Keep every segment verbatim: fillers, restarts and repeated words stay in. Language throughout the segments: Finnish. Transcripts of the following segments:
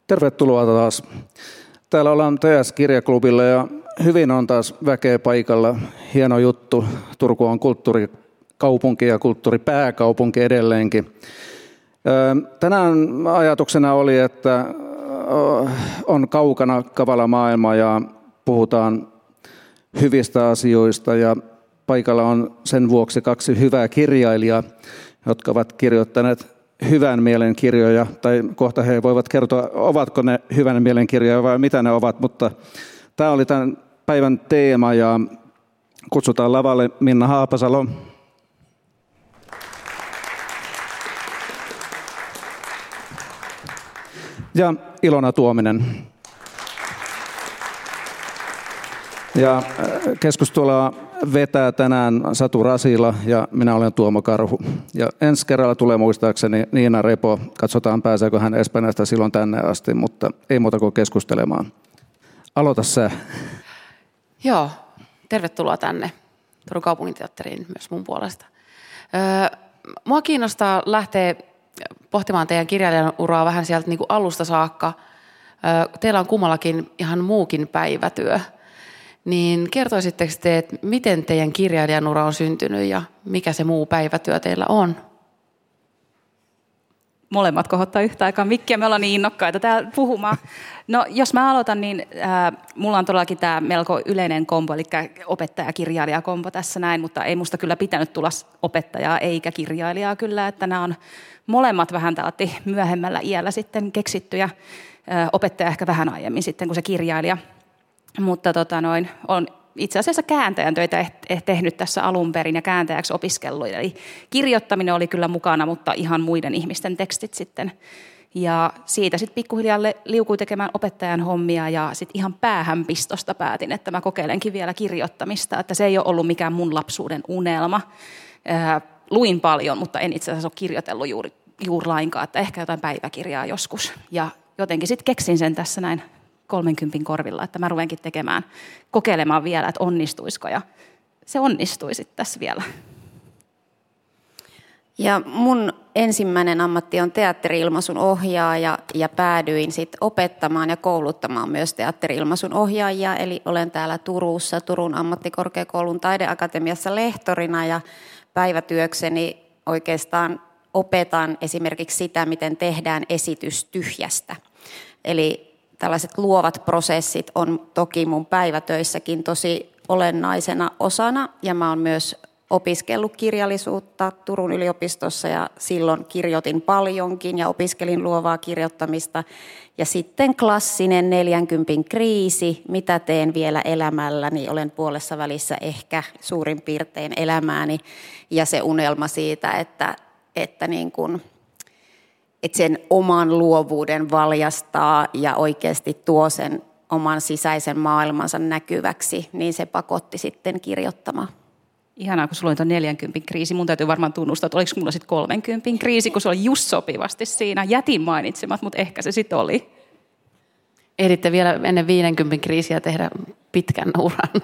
Tervetuloa taas. Täällä ollaan T S-kirjaklubilla ja hyvin on taas väkeä paikalla. Hieno juttu. Turku on kulttuurikaupunki ja kulttuuripääkaupunki edelleenkin. Tänään ajatuksena oli, että on kaukana kavala maailma ja puhutaan hyvistä asioista. Ja paikalla on sen vuoksi kaksi hyvää kirjailijaa, jotka ovat kirjoittaneet hyvän mielen kirjoja, tai kohta he voivat kertoa, ovatko ne hyvän mielen kirjoja vai mitä ne ovat, mutta tämä oli tämän päivän teema ja kutsutaan lavalle Minna Haapasalo. Ja Ilona Tuominen. Ja keskustelua vetää tänään Satu Rasila ja minä olen Tuomo Karhu. Ja ensi kerralla tulee muistaakseni Niina Repo. Katsotaan pääseekö hän Espanjasta silloin tänne asti, mutta ei muuta kuin keskustelemaan. Aloita sä. Joo, tervetuloa tänne Turun kaupunginteatteriin myös mun puolesta. Öö, mua kiinnostaa lähteä pohtimaan teidän kirjailijan uraa vähän sieltä niin kuin alusta saakka. Öö, teillä on kummallakin ihan muukin päivätyö. Niin kertoisitteko te, että miten teidän kirjailijan ura on syntynyt ja mikä se muu päivätyö teillä on? Molemmat kohottaa yhtä aikaa mikkiä, me ollaan niin innokkaita täällä puhumaan. No jos mä aloitan, niin äh, mulla on todellakin tämä melko yleinen kombo, eli opettaja-kirjailija-kombo tässä näin, mutta ei musta kyllä pitänyt tulla opettajaa eikä kirjailijaa kyllä, että nämä on molemmat vähän täältä myöhemmällä iällä sitten keksittyjä, äh, opettaja ehkä vähän aiemmin sitten kuin se kirjailija. Mutta tota noin, on itse asiassa kääntäjän töitä tehnyt tässä alun perin ja kääntäjäksi opiskellut. Eli kirjoittaminen oli kyllä mukana, mutta ihan muiden ihmisten tekstit sitten. Ja siitä sitten pikkuhiljaa liukui tekemään opettajan hommia ja sitten ihan päähänpistosta päätin, että mä kokeilenkin vielä kirjoittamista. Että se ei ole ollut mikään mun lapsuuden unelma. Äh, luin paljon, mutta en itse asiassa ole kirjoitellut juuri, juuri lainkaan, että ehkä jotain päiväkirjaa joskus. Ja jotenkin sitten keksin sen tässä näin kolmenkympin korvilla, että mä ruvenkin tekemään, kokeilemaan vielä, että onnistuisiko, ja se onnistui sitten tässä vielä. Ja mun ensimmäinen ammatti on teatteri-ilmaisun ohjaaja, ja päädyin sitten opettamaan ja kouluttamaan myös teatteri-ilmaisun ohjaajia, eli olen täällä Turussa, Turun ammattikorkeakoulun taideakatemiassa lehtorina, ja päivätyökseni oikeastaan opetan esimerkiksi sitä, miten tehdään esitys tyhjästä. Eli tällaiset luovat prosessit on toki mun päivätöissäkin tosi olennaisena osana, ja mä oon myös opiskellut kirjallisuutta Turun yliopistossa, ja silloin kirjoitin paljonkin ja opiskelin luovaa kirjoittamista. Ja sitten klassinen neljänkympin kriisi, mitä teen vielä elämälläni, olen puolessa välissä ehkä suurin piirtein elämääni, ja se unelma siitä, että, että niin kuin että sen oman luovuuden valjastaa ja oikeasti tuo sen oman sisäisen maailmansa näkyväksi, niin se pakotti sitten kirjoittamaan. Ihanaa, kun sulla oli tuon neljänkympin kriisi. Mun täytyy varmaan tunnustaa, että oliko mulla sitten kolmenkympin kriisi, kun se oli just sopivasti siinä. Jätin mainitsemat, mutta ehkä se sitten oli. Ehditte vielä ennen viidenkympin kriisiä tehdä pitkän uran.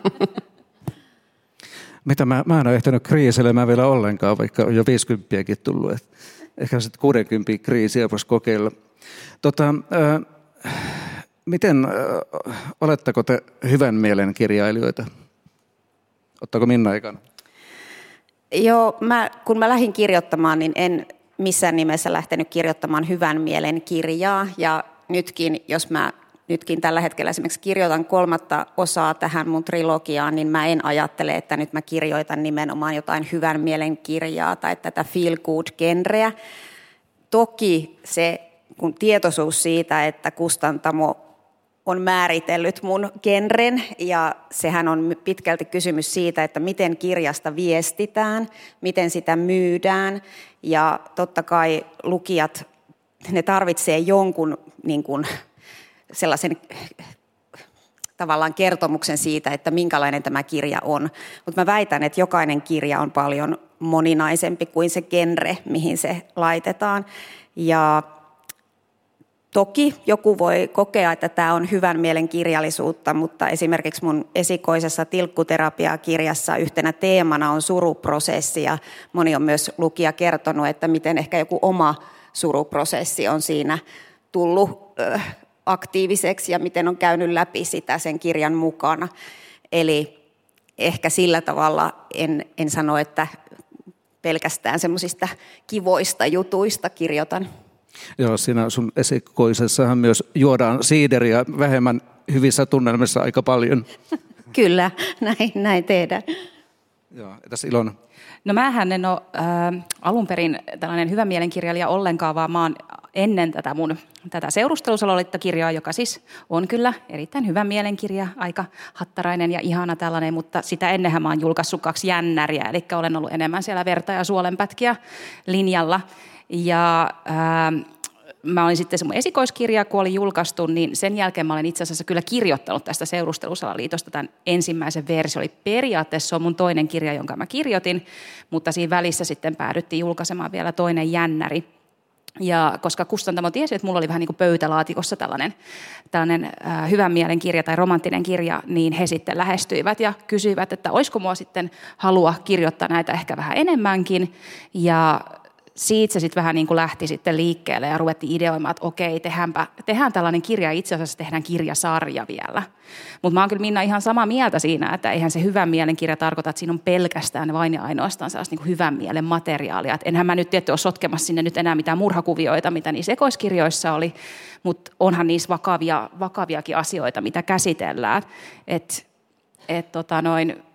Mitä mä, mä en ole ehtinyt kriisilemään vielä ollenkaan, vaikka on jo viisikymppiäkin tullut. Että ehkä sitten kuudenkympin kriisiä voisi kokeilla. Tota, äh, miten, äh, oletteko te hyvän mielen kirjailijoita? Ottaako Minna ekana? Joo, mä, kun mä lähdin kirjoittamaan, niin en missään nimessä lähtenyt kirjoittamaan hyvän mielen kirjaa. Ja nytkin, jos mä nytkin tällä hetkellä esimerkiksi kirjoitan kolmatta osaa tähän mun trilogiaan, niin mä en ajattele, että nyt mä kirjoitan nimenomaan jotain hyvän mielen kirjaa tai tätä feel good-genreä. Toki se, kun tietoisuus siitä, että kustantamo on määritellyt mun genren, ja sehän on pitkälti kysymys siitä, että miten kirjasta viestitään, miten sitä myydään, ja totta kai lukijat, ne tarvitsee jonkun niin kuin sellaisen tavallaan kertomuksen siitä, että minkälainen tämä kirja on. Mutta mä väitän, että jokainen kirja on paljon moninaisempi kuin se genre, mihin se laitetaan. Ja toki joku voi kokea, että tämä on hyvän mielen kirjallisuutta, mutta esimerkiksi mun esikoisessa tilkkuterapiakirjassa yhtenä teemana on suruprosessi, ja moni on myös lukija kertonut, että miten ehkä joku oma suruprosessi on siinä tullut aktiiviseksi ja miten on käynyt läpi sitä sen kirjan mukana. Eli ehkä sillä tavalla en, en sano, että pelkästään semmoisista kivoista jutuista kirjoitan. Joo, siinä sun esikoisessahan myös juodaan siideriä vähemmän hyvissä tunnelmissa aika paljon. Kyllä, näin, näin tehdään. Joo, entäs Ilona? No mähän en ole äh, alun perin tällainen hyvä mielenkirjailija ollenkaan, vaan mä oon ennen tätä mun tätä seurustelusaloittakirjaa, joka siis on kyllä erittäin hyvä mielenkirja, aika hattarainen ja ihana tällainen, mutta sitä ennenhän mä oon julkaissut kaksi jännäriä, eli olen ollut enemmän siellä verta- ja suolenpätkiä linjalla. Ja äh, mä olin sitten se mun esikoiskirja, kun oli julkaistu, niin sen jälkeen mä olen itse asiassa kyllä kirjoittanut tästä Seurustelusalaliitosta tämän ensimmäisen versio. Eli periaatteessa se on mun toinen kirja, jonka mä kirjoitin, mutta siinä välissä sitten päädyttiin julkaisemaan vielä toinen jännäri. Ja koska kustantamo tiesi, että mulla oli vähän niin kuin pöytälaatikossa tällainen, tällainen äh, hyvän mielen kirja tai romanttinen kirja, niin he sitten lähestyivät ja kysyivät, että olisiko mua sitten halua kirjoittaa näitä ehkä vähän enemmänkin. Ja siitä se sitten vähän niin kuin lähti sitten liikkeelle ja ruvettiin ideoimaan, että okei, tehdäänpä, tehdään tällainen kirja, itse asiassa tehdään kirjasarja vielä. Mutta mä oon kyllä Minna ihan samaa mieltä siinä, että eihän se hyvän mielen kirja tarkoita, että siinä on pelkästään vain ja ainoastaan sellaista niin kuin hyvän mielen materiaalia. Et enhän mä nyt tietty ole sotkemassa sinne nyt enää mitään murhakuvioita, mitä niissä ekoiskirjoissa oli, mutta onhan niissä vakavia, vakaviakin asioita, mitä käsitellään. Että et, tota noin...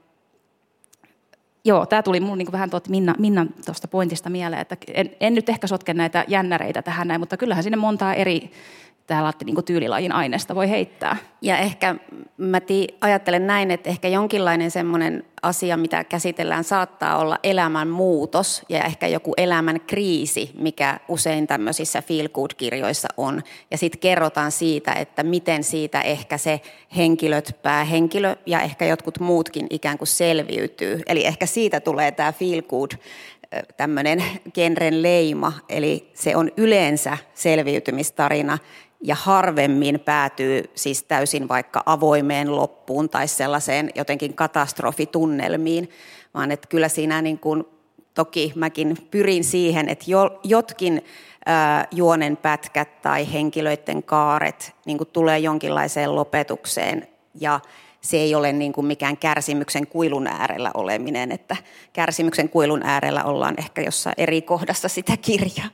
Joo, tämä tuli minulle niin vähän tuot Minna, Minnan tuosta pointista mieleen, että en, en nyt ehkä sotke näitä jännäreitä tähän näin, mutta kyllähän sinne montaa eri täällä niin tyylilajin aineesta voi heittää. Ja ehkä mä tii, ajattelen näin, että ehkä jonkinlainen semmoinen asia, mitä käsitellään, saattaa olla elämän muutos ja ehkä joku elämän kriisi, mikä usein tämmöisissä feel-good-kirjoissa on. Ja sitten kerrotaan siitä, että miten siitä ehkä se henkilöt, päähenkilö ja ehkä jotkut muutkin ikään kuin selviytyy. Eli ehkä siitä tulee tämä feel-good, tämmöinen genren leima, eli se on yleensä selviytymistarina ja harvemmin päätyy siis täysin vaikka avoimeen loppuun tai sellaiseen jotenkin katastrofitunnelmiin, vaan että kyllä siinä niin kuin, toki mäkin pyrin siihen, että jotkin ää, juonen pätkät tai henkilöiden kaaret niin kuin tulee jonkinlaiseen lopetukseen ja se ei ole niin kuin mikään kärsimyksen kuilun äärellä oleminen, että kärsimyksen kuilun äärellä ollaan ehkä jossain eri kohdassa sitä kirjaa.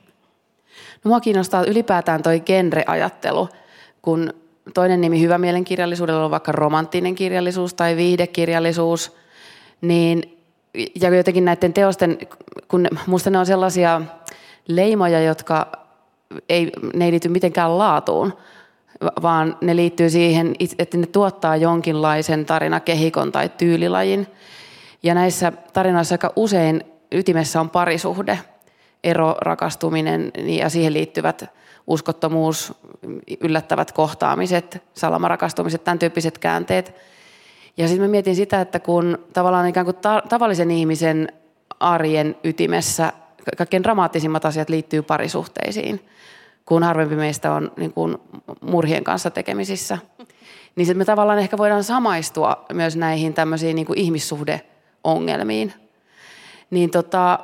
No, mua kiinnostaa ylipäätään toi genre-ajattelu, kun toinen nimi hyvä mielenkirjallisuudella on vaikka romanttinen kirjallisuus tai viihdekirjallisuus, niin ja jotenkin näiden teosten, kun musta ne on sellaisia leimoja, jotka ei, ne ei liity mitenkään laatuun, vaan ne liittyy siihen, että ne tuottaa jonkinlaisen tarinakehikon tai tyylilajin. Ja näissä tarinoissa aika usein ytimessä on parisuhde, ero, rakastuminen ja siihen liittyvät uskottomuus, yllättävät kohtaamiset, salamarakastumiset, tämän tyyppiset käänteet. Ja sitten mä mietin sitä, että kun tavallaan ikään kuin ta- tavallisen ihmisen arjen ytimessä kaikkein dramaattisimmat asiat liittyy parisuhteisiin, kun harvempi meistä on niin kuin murhien kanssa tekemisissä, niin sitten me tavallaan ehkä voidaan samaistua myös näihin tämmöisiin niin kuin ihmissuhdeongelmiin. Niin tota,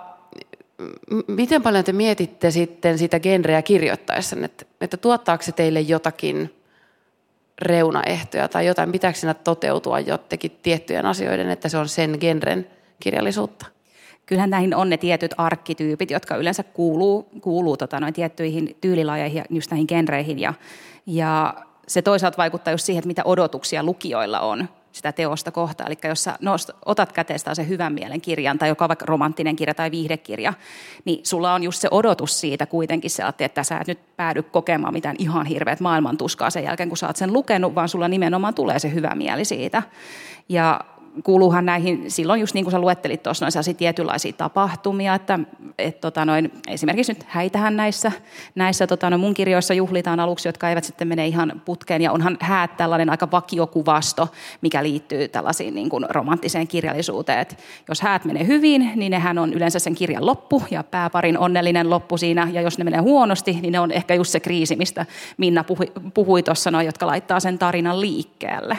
miten paljon te mietitte sitten sitä genreä kirjoittaessa, että, että tuottaako se teille jotakin reunaehtoja tai jotain, pitääkö siinä toteutua jotenkin tiettyjen asioiden, että se on sen genren kirjallisuutta? Kyllähän näihin on ne tietyt arkkityypit, jotka yleensä kuuluu, kuuluu tota, noin tiettyihin tyylilajeihin ja just näihin genreihin. Ja, ja se toisaalta vaikuttaa just siihen, että mitä odotuksia lukijoilla on sitä teosta kohtaan. Eli jos sä nost, otat käteestään sen hyvän mielen kirjan, tai joka on vaikka romanttinen kirja tai viihdekirja, niin sulla on just se odotus siitä kuitenkin se, että sä et nyt päädy kokemaan mitään ihan hirveät maailmantuskaa sen jälkeen, kun sä oot sen lukenut, vaan sulla nimenomaan tulee se hyvä mieli siitä. Ja kuuluuhan näihin, silloin just niin kuin sä luettelit tuossa, noin sellaisia tietynlaisia tapahtumia, että et, tota noin, esimerkiksi nyt häitähän näissä, näissä tota noin, mun kirjoissa juhlitaan aluksi, jotka eivät sitten mene ihan putkeen, ja onhan häät tällainen aika vakiokuvasto, mikä liittyy tällaisiin niin kuin romanttiseen kirjallisuuteen, että jos häät menee hyvin, niin nehän on yleensä sen kirjan loppu, ja pääparin onnellinen loppu siinä, ja jos ne menee huonosti, niin ne on ehkä just se kriisi, mistä Minna puhui, puhui tuossa, noin, jotka laittaa sen tarinan liikkeelle.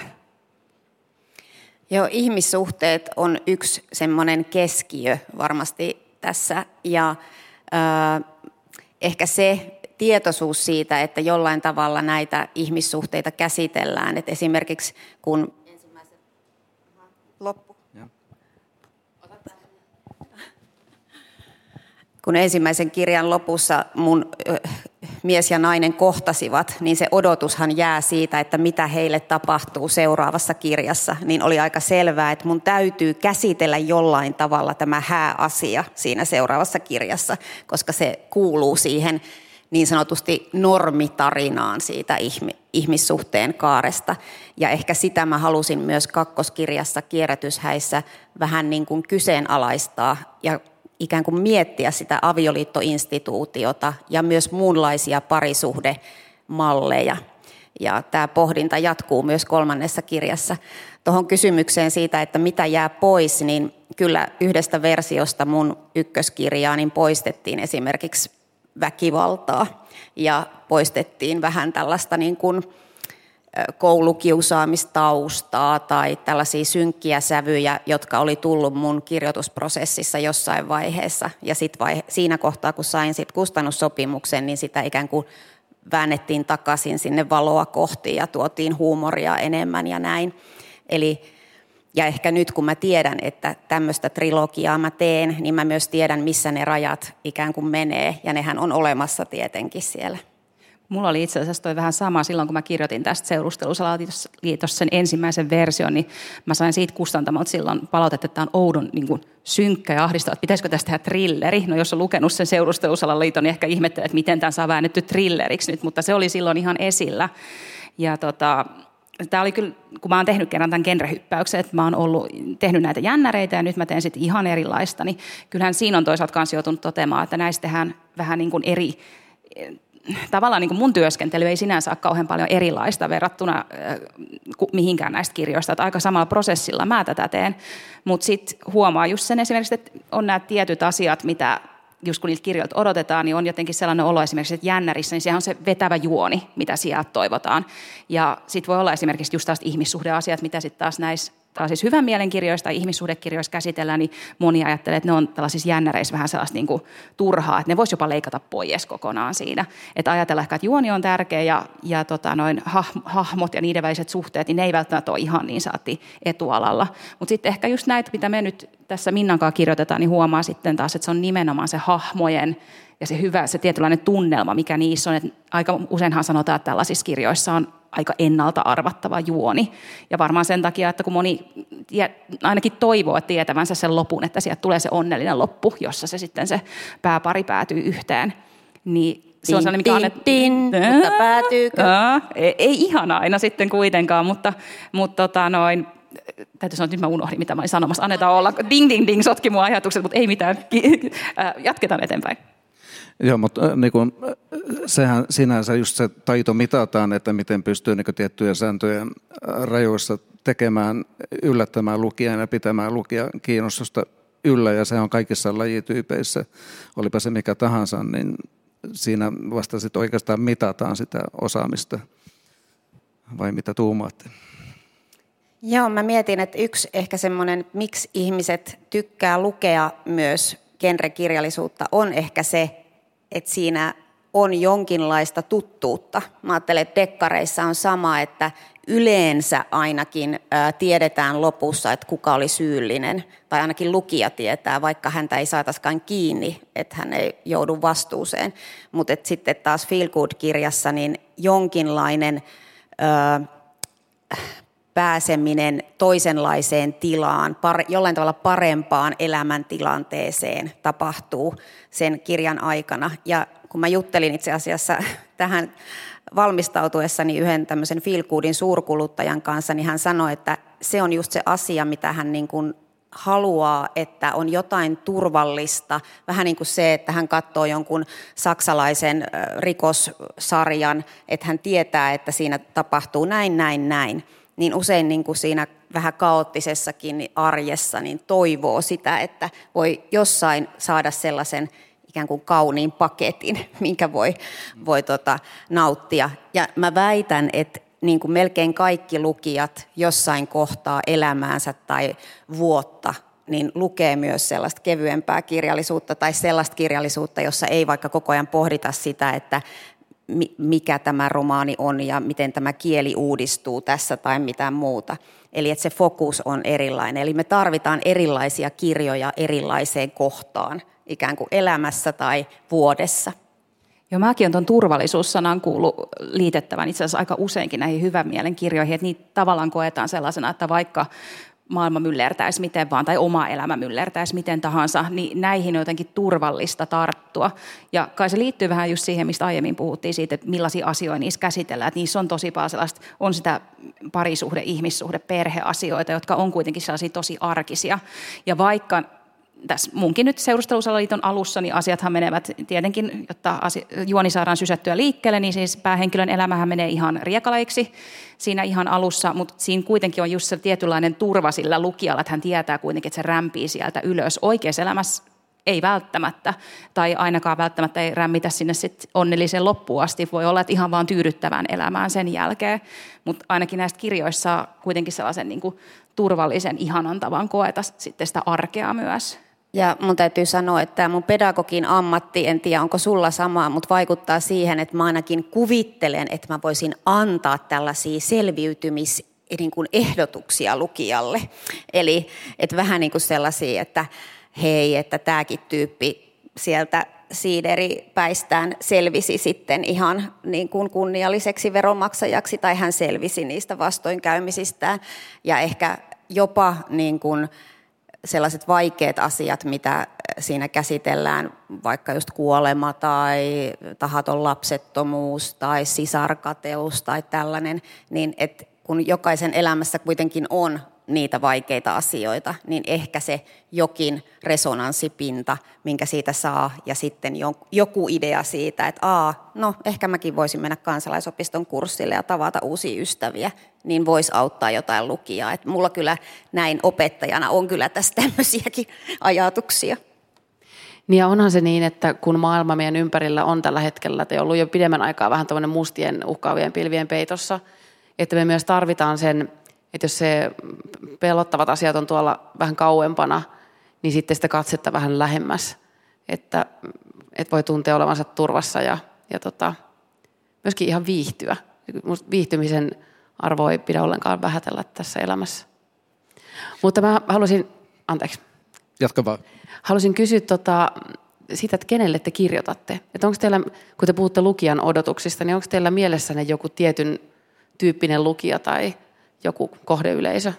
Joo, ihmissuhteet on yksi semmoinen keskiö varmasti tässä ja äh, ehkä se, tietoisuus siitä, että jollain tavalla näitä ihmissuhteita käsitellään. Et esimerkiksi kun ensimmäisen... Loppu. Kun ensimmäisen kirjan lopussa mun mies ja nainen kohtasivat, niin se odotushan jää siitä, että mitä heille tapahtuu seuraavassa kirjassa. Niin oli aika selvää, että mun täytyy käsitellä jollain tavalla tämä hääasia siinä seuraavassa kirjassa, koska se kuuluu siihen niin sanotusti normitarinaan siitä ihmissuhteen kaaresta. Ja ehkä sitä mä halusin myös kakkoskirjassa Kierrätyshäissä vähän niin kuin kyseenalaistaa ja ikään kuin miettiä sitä avioliittoinstituutiota ja myös muunlaisia parisuhdemalleja. Ja tämä pohdinta jatkuu myös kolmannessa kirjassa. Tuohon kysymykseen siitä, että mitä jää pois, niin kyllä yhdestä versiosta mun ykköskirjaa niin poistettiin esimerkiksi väkivaltaa ja poistettiin vähän tällaista niin kuin koulukiusaamistaustaa tai tällaisia synkkiä sävyjä, jotka oli tullut mun kirjoitusprosessissa jossain vaiheessa. Ja sit vaihe- siinä kohtaa, kun sain sit kustannussopimuksen, niin sitä ikään kuin väännettiin takaisin sinne valoa kohti ja tuotiin huumoria enemmän ja näin. Eli, ja ehkä nyt kun mä tiedän, että tämmöistä trilogiaa mä teen, niin mä myös tiedän, missä ne rajat ikään kuin menee. Ja nehän on olemassa tietenkin siellä. Mulla oli itse asiassa toi vähän sama silloin, kun mä kirjoitin tästä Seurustelusalaliitossa sen ensimmäisen version, niin mä sain siitä kustantamolta silloin palautetta, että tämä on oudon niin kuin synkkä ja ahdistava, että pitäisikö tästä tehdä thrilleri. No jos on lukenut sen Seurustelusalaliiton, niin ehkä ihmettelee, että miten tämän saa väännetty thrilleriksi nyt, mutta se oli silloin ihan esillä. Ja tota, tämä oli kyllä, kun mä oon tehnyt kerran tämän genrehyppäyksen, että mä oon ollut, tehnyt näitä jännäreitä ja nyt mä teen sitten ihan erilaista, niin kyllähän siinä on toisaalta kanssa joutunut toteamaan, että näistä tehdään vähän niin kuin eri... Tavallaan niin kuin mun työskentely ei sinänsä ole kauhean paljon erilaista verrattuna äh, mihinkään näistä kirjoista. Että aika samalla prosessilla mä tätä teen, mutta sitten huomaa just sen esimerkiksi, että on nämä tietyt asiat, mitä just kun niiltä kirjoilta odotetaan, niin on jotenkin sellainen olo esimerkiksi, että jännärissä, niin sehän on se vetävä juoni, mitä sieltä toivotaan. Ja sitten voi olla esimerkiksi just taas ihmissuhdeasiat, mitä sitten taas näissä taas siis hyvän mielen kirjoista tai ihmissuhdekirjoissa käsitellään, niin moni ajattelee, että ne on tällaisissa jännäreissä vähän sellaista niin kuin turhaa, että ne voisi jopa leikata pois kokonaan siinä. Että ajatella ehkä, että juoni on tärkeä ja, ja tota, noin hahmot ja niiden väliset suhteet, niin ne ei välttämättä ole ihan niin saatti etualalla. Mutta sitten ehkä just näitä, mitä me nyt tässä Minnan kanssa kirjoitetaan, niin huomaa sitten taas, että se on nimenomaan se hahmojen ja se hyvä, se tietynlainen tunnelma, mikä niissä on. Että aika useinhan sanotaan, että tällaisissa kirjoissa on aika ennalta arvattava juoni. Ja varmaan sen takia, että kun moni ainakin toivoo tietävänsä sen lopun, että sieltä tulee se onnellinen loppu, jossa se sitten se pääpari päätyy yhteen. Niin se on sellainen, mikä on, että... Pin, mutta päätyykö? Ei, ei ihan aina sitten kuitenkaan, mutta, mutta tota noin... Täytyy sanoa, että nyt mä unohdin, mitä mä olin sanomassa. Annetaan olla. Ding, ding, ding, sotki mun ajatukset, mutta ei mitään. Jatketaan eteenpäin. Joo, mutta niin kuin, sehän sinänsä just se taito mitataan, että miten pystyy niin kuin tiettyjen sääntöjen rajoissa tekemään, yllättämään lukijan ja pitämään lukijan kiinnostusta yllä, ja se on kaikissa lajityypeissä, olipa se mikä tahansa, niin siinä vasta sitten oikeastaan mitataan sitä osaamista, vai mitä tuumaatte? Joo, mä mietin, että yksi ehkä semmoinen, miksi ihmiset tykkää lukea myös genrekirjallisuutta, on ehkä se, että siinä on jonkinlaista tuttuutta. Mä ajattelen, että dekkareissa on sama, että yleensä ainakin ää, tiedetään lopussa, että kuka oli syyllinen, tai ainakin lukija tietää, vaikka häntä ei saataisikaan kiinni, että hän ei joudu vastuuseen. Mutta sitten taas Feel Good-kirjassa niin jonkinlainen ää, pääseminen toisenlaiseen tilaan, par, jollain tavalla parempaan elämäntilanteeseen tapahtuu sen kirjan aikana. Ja kun mä juttelin itse asiassa tähän valmistautuessani yhden tämmöisen Feel Goodin suurkuluttajan kanssa, niin hän sanoi, että se on just se asia, mitä hän niin kuin haluaa, että on jotain turvallista. Vähän niin kuin se, että hän katsoo jonkun saksalaisen rikossarjan, että hän tietää, että siinä tapahtuu näin, näin, näin. Niin usein niin kuin siinä vähän kaoottisessakin arjessa niin toivoo sitä, että voi jossain saada sellaisen ikään kuin kauniin paketin, minkä voi, voi tota, nauttia. Ja mä väitän, että niin kuin melkein kaikki lukijat jossain kohtaa elämäänsä tai vuotta niin lukee myös sellaista kevyempää kirjallisuutta tai sellaista kirjallisuutta, jossa ei vaikka koko ajan pohdita sitä, että mikä tämä romaani on ja miten tämä kieli uudistuu tässä tai mitään muuta. Eli että se fokus on erilainen. Eli me tarvitaan erilaisia kirjoja erilaiseen kohtaan, ikään kuin elämässä tai vuodessa. Joo, mäkin olen tuon turvallisuussanan kuullut liitettävän itse asiassa aika useinkin näihin hyvän mielen kirjoihin, että niitä tavallaan koetaan sellaisena, että vaikka maailma myllertäisi miten vaan, tai oma elämä myllertäisi miten tahansa, niin näihin on jotenkin turvallista tarttua. Ja kai se liittyy vähän just siihen, mistä aiemmin puhuttiin siitä, että millaisia asioita niissä käsitellään. Että niissä on tosi paljon sellaista, on sitä parisuhde, ihmissuhde, perheasioita, jotka on kuitenkin sellaisia tosi arkisia. Ja vaikka tässä munkin nyt Seurustelusalaliiton alussa, niin asiathan menevät tietenkin, jotta asia, juoni saadaan sysättyä liikkeelle, niin siis päähenkilön elämähän menee ihan riekaleiksi siinä ihan alussa, mutta siinä kuitenkin on just se tietynlainen turva sillä lukijalla, että hän tietää kuitenkin, että se rämpii sieltä ylös. Oikeassa elämässä ei välttämättä, tai ainakaan välttämättä ei rämmitä sinne sit onnelliseen loppuun asti. Voi olla, että ihan vaan tyydyttävään elämään sen jälkeen, mutta ainakin näistä kirjoissa saa kuitenkin sellaisen niin kuin turvallisen, ihanan tavan koeta sitten sitä arkea myös. Ja mun täytyy sanoa, että mun pedagogin ammatti, en tiedä onko sulla samaa, mutta vaikuttaa siihen, että mä ainakin kuvittelen, että mä voisin antaa tällaisia selviytymis niin kuin ehdotuksia lukijalle. Eli että vähän niin kuin sellaisia, että hei, että tämäkin tyyppi sieltä siideripäistään selvisi sitten ihan niin kuin kunnialliseksi veronmaksajaksi, tai hän selvisi niistä vastoinkäymisistään. Ja ehkä jopa niin kuin sellaiset vaikeat asiat, mitä siinä käsitellään, vaikka just kuolema tai tahaton lapsettomuus tai sisarkateus tai tällainen, niin että kun jokaisen elämässä kuitenkin on niitä vaikeita asioita, niin ehkä se jokin resonanssipinta, minkä siitä saa, ja sitten joku idea siitä, että aa, no ehkä mäkin voisin mennä kansalaisopiston kurssille ja tavata uusia ystäviä, niin voisi auttaa jotain lukijaa. Et mulla kyllä näin opettajana on kyllä tästä tämmöisiäkin ajatuksia. Niin ja onhan se niin, että kun maailma meidän ympärillä on tällä hetkellä, että on ollut jo pidemmän aikaa vähän tämmöinen mustien uhkaavien pilvien peitossa, että me myös tarvitaan sen, että jos se pelottavat asiat on tuolla vähän kauempana, niin sitten sitä katsetta vähän lähemmäs, että, että voi tuntea olevansa turvassa ja, ja tota, myöskin ihan viihtyä. Musta viihtymisen arvo ei pidä ollenkaan vähätellä tässä elämässä. Mutta mä halusin, anteeksi. Jatka vaan. Halusin kysyä tota, sitä, että kenelle te kirjoitatte. Että onko teillä, kun te puhutte lukijan odotuksista, niin onko teillä mielessänne joku tietyn tyyppinen lukija tai joku kohdeyleisö?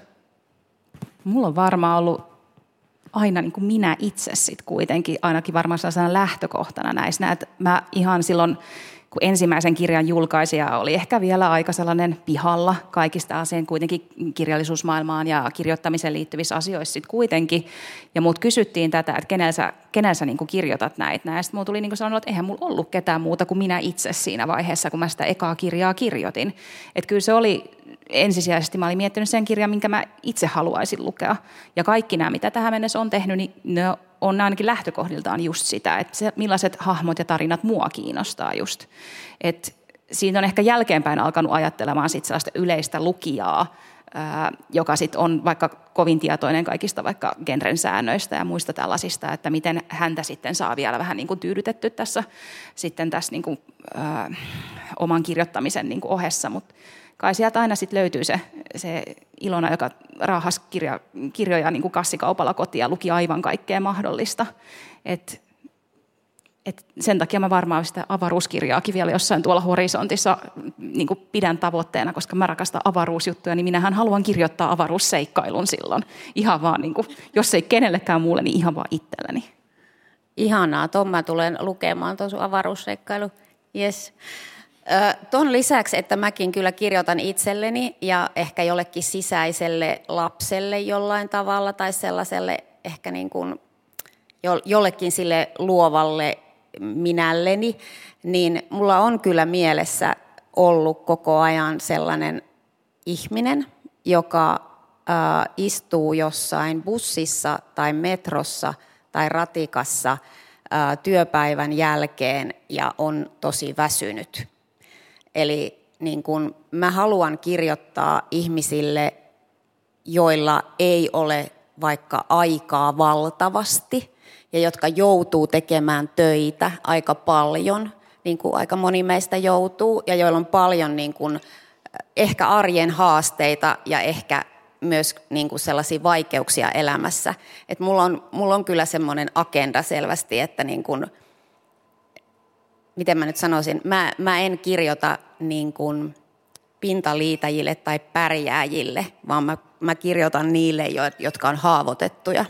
Mulla on varmaan ollut aina niin kuin minä itse sitten kuitenkin, ainakin varmaan sellaisena lähtökohtana näissä. Että mä ihan silloin, kun ensimmäisen kirjan julkaisija oli ehkä vielä aika sellainen pihalla kaikista asian kuitenkin kirjallisuusmaailmaan ja kirjoittamiseen liittyvissä asioissa sitten kuitenkin. Ja mut kysyttiin tätä, että kenellä sä, kenellä sä niin kuin kirjoitat näitä. Ja sitten mulla tuli niin kuin sanoa, että eihän mulla ollut ketään muuta kuin minä itse siinä vaiheessa, kun mä sitä ekaa kirjaa kirjoitin. Että kyllä se oli ensisijaisesti, mä olin miettinyt sen kirjan, minkä mä itse haluaisin lukea. Ja kaikki nämä, mitä tähän mennessä on tehnyt, niin ne on ainakin lähtökohdiltaan just sitä, että se, millaiset hahmot ja tarinat mua kiinnostaa just. Että siinä on ehkä jälkeenpäin alkanut ajattelemaan sit sellaista yleistä lukijaa, ää, joka sitten on vaikka kovin tietoinen kaikista vaikka genren säännöistä ja muista tällaisista, että miten häntä sitten saa vielä vähän niin kuin tyydytetty tässä, sitten tässä niin kuin, ää, oman kirjoittamisen niin kuin ohessa, mutta kai sieltä aina sitten löytyy se, se Ilona, joka raahasi kirja, kirjoja niin kuin kassikaupalla kotiin ja luki aivan kaikkea mahdollista. Et, et sen takia mä varmaan sitä avaruuskirjaakin vielä jossain tuolla horisontissa niin kuin pidän tavoitteena, koska mä rakastan avaruusjuttuja, niin minähän haluan kirjoittaa avaruusseikkailun silloin. Ihan vaan, niin kuin, jos ei kenellekään muulle, niin ihan vaan itselleni. Ihanaa, tuon mä tulen lukemaan tuon sun avaruusseikkailu. Yes. Tuon lisäksi, että mäkin kyllä kirjoitan itselleni ja ehkä jollekin sisäiselle lapselle jollain tavalla tai sellaiselle ehkä niin kuin jollekin sille luovalle minälleni, niin mulla on kyllä mielessä ollut koko ajan sellainen ihminen, joka äh, istuu jossain bussissa tai metrossa tai ratikassa äh, työpäivän jälkeen ja on tosi väsynyt. Eli niin kun mä haluan kirjoittaa ihmisille, joilla ei ole vaikka aikaa valtavasti ja jotka joutuu tekemään töitä aika paljon, niin kuin aika moni meistä joutuu, ja joilla on paljon niin kuin ehkä arjen haasteita ja ehkä myös niin kuin sellaisia vaikeuksia elämässä. Et mulla on, mulla on kyllä semmoinen agenda selvästi, että niin kuin, miten mä nyt sanoisin, mä, mä en kirjoita niin kuin pintaliitäjille tai pärjääjille, vaan mä, mä kirjoitan niille, jotka on haavoitettuja.